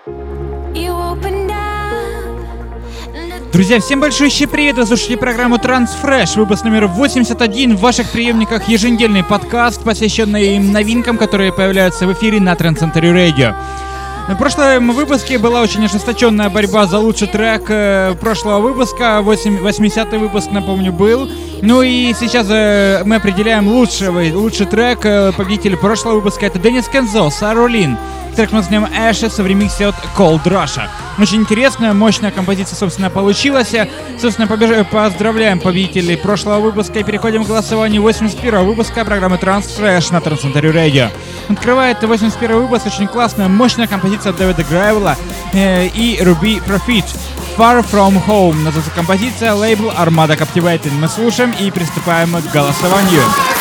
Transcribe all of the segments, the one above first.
Друзья, всем большущий привет! Вы слушаете программу Transfresh, выпуск номер 81 в ваших приемниках, еженедельный подкаст, посвященный новинкам, которые появляются в эфире на Trendcentury Radio. В прошлом выпуске была очень ожесточенная борьба за лучший трек прошлого выпуска, 80-й выпуск, напомню, был. Ну и сейчас мы определяем лучший трек. Победитель прошлого выпуска — это Денис Кензо, Саролин. Трек мы назовем Ashes в ремиксе от Cold Russia. Очень интересная, мощная композиция, собственно, получилась. Собственно, поздравляем победителей прошлого выпуска и переходим к голосованию 81-го выпуска программы Transfresh на Trendcentury Radio. Открывает 81-й выпуск очень классная, мощная композиция от Дэвида Грайвелла и Ruby Profit. Far From Home называется композиция, лейбл Armada Captivated. Мы слушаем и приступаем к голосованию.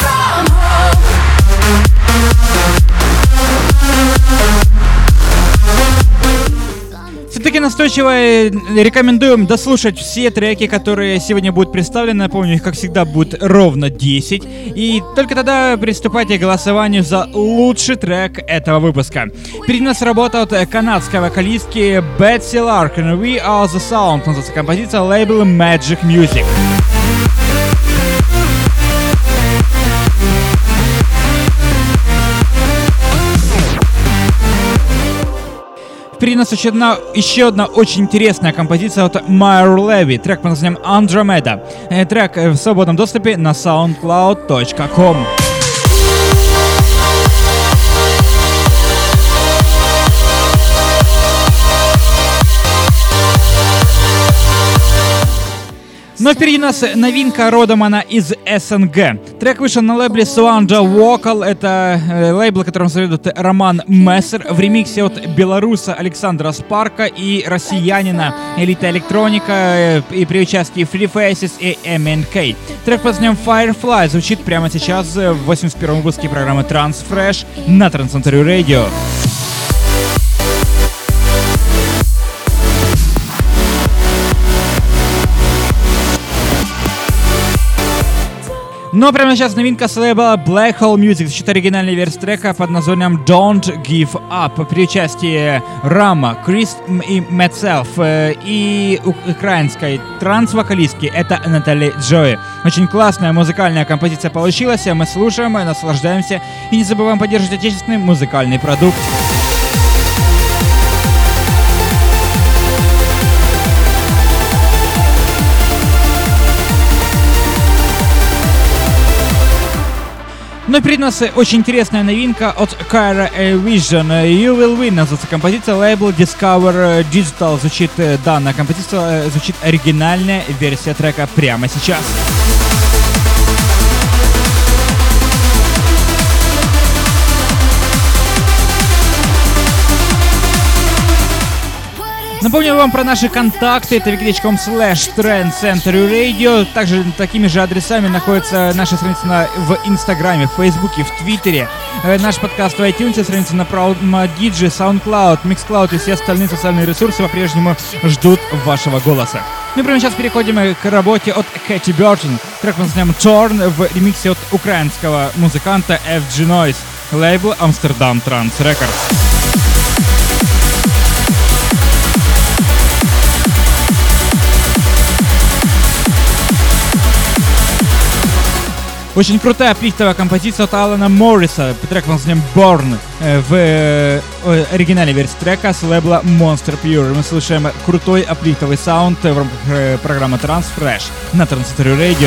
Все-таки настойчиво рекомендуем дослушать все треки, которые сегодня будут представлены. Напомню, их, как всегда, будет ровно 10. И только тогда приступайте к голосованию за лучший трек этого выпуска. Впереди нас работа от канадской вокалистки Бетси Ларкин. We Are The Sound. Называется композиция, лейбл Magic Music. Впереди нас еще одна очень интересная композиция от Майер Леви. Трек мы назовем Andromeda. Трек в свободном доступе на soundcloud.com. Но впереди нас новинка, родом она из СНГ. Трек вышел на лейбле Suanja Vocal. Это лейбл, которым заведует Роман Мессер, в ремиксе от белоруса Александра Спарка и россиянина Элита Электроника, и при участии Free Faces и MNK. Трек под названием Firefly звучит прямо сейчас в 81-м выпуске программы Transfresh на Trendcentury Radio. Но прямо сейчас новинка с лейбла Black Hole Music. Звучит оригинальная версия трека под названием Don't Give Up при участии Рама, Крис и Myself и украинской транс-вокалистки это Натали Джои. Очень классная музыкальная композиция получилась. Мы слушаем, наслаждаемся и не забываем поддерживать отечественный музыкальный продукт. Но перед нас очень интересная новинка от Kyra Vision. You Will Win называется композиция, лейбл Discover Digital. Звучит данная композиция, звучит оригинальная версия трека прямо сейчас. Напомню вам про наши контакты. Это wiki.com/Trendcentury Radio. Также такими же адресами находятся наши страницы в Инстаграме, в Фейсбуке, в Твиттере. Наш подкаст в iTunes, страницы на Proudmodigi, SoundCloud, Mixcloud и все остальные социальные ресурсы по-прежнему ждут вашего голоса. Мы прямо сейчас переходим к работе от Кэти Бёртон. Трек мы назовем Torn в ремиксе от украинского музыканта FG Noise. Лейбл Amsterdam Trans Records. Очень крутая плифтовая композиция от Алана Морриса. Трек мы назовем Born в оригинальной версии трека с лейбла Monster Pure. Мы слушаем крутой аплифтовый саунд в рамках программы Transfresh на Trendcentury Radio.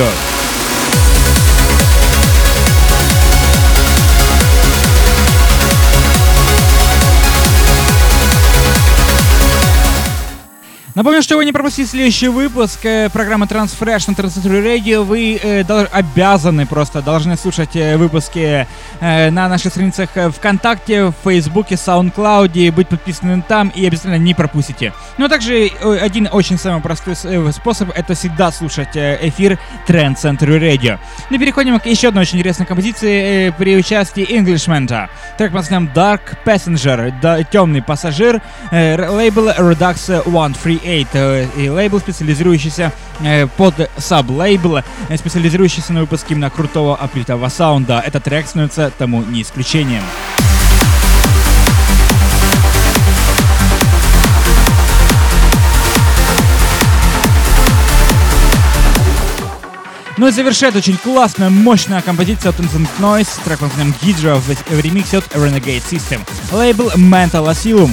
Напомню, что вы не пропустите следующий выпуск программы Transfresh на Trendcentury Radio. Вы должны слушать выпуски на наших страницах ВКонтакте, в Фейсбуке, SoundCloud, быть подписанным там и обязательно не пропустите. Но также один очень самый простой способ — это всегда слушать эфир Trendcentury Radio. Мы переходим к еще одной очень интересной композиции при участии Englishman. Трек под названием Dark Passenger, темный пассажир, лейбл Redux 138. И лейбл, специализирующийся под саб-лейбл, специализирующийся на выпуске именно крутого аплифтового саунда. Этот трек становится тому не исключением. Ну и завершает очень классная, мощная композиция от Instant Noise, трек под названием Hydra в ремиксе от Renegade System, лейбл Mental Asylum.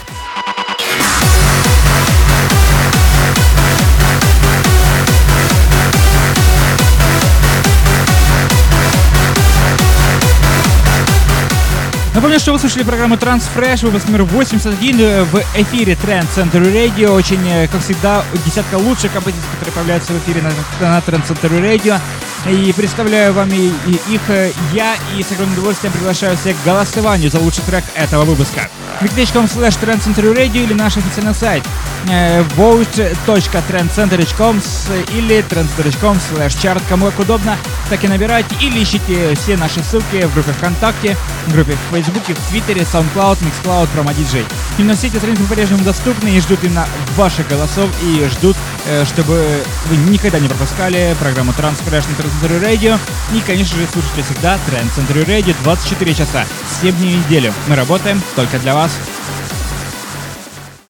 Напомню, что вы слушали программу Transfresh, выпуск номер 81 в эфире Trend Century Radio. Очень, как всегда, десятка лучших композиций, которые появляются в эфире на Trend Century Radio. И представляю вам их я, и с огромным удовольствием приглашаю всех к голосованию за лучший трек этого выпуска. wiki.com/trendcenturyradio или наш официальный сайт vote.trendcenter.com или trendcenter.com/chart. Кому как удобно, так и набирайте или ищите все наши ссылки в группе ВКонтакте, в группе в Фейсбуке, в Твиттере, SoundCloud, Mixcloud, PromoDJ. Именно все эти страницы по-прежнему доступны и ждут именно ваших голосов и ждут, чтобы вы никогда не пропускали программу Transfresh на Trend Century Radio. И, конечно же, слушайте всегда Trend Century Radio 24 часа, 7 дней в неделю. Мы работаем только для вас.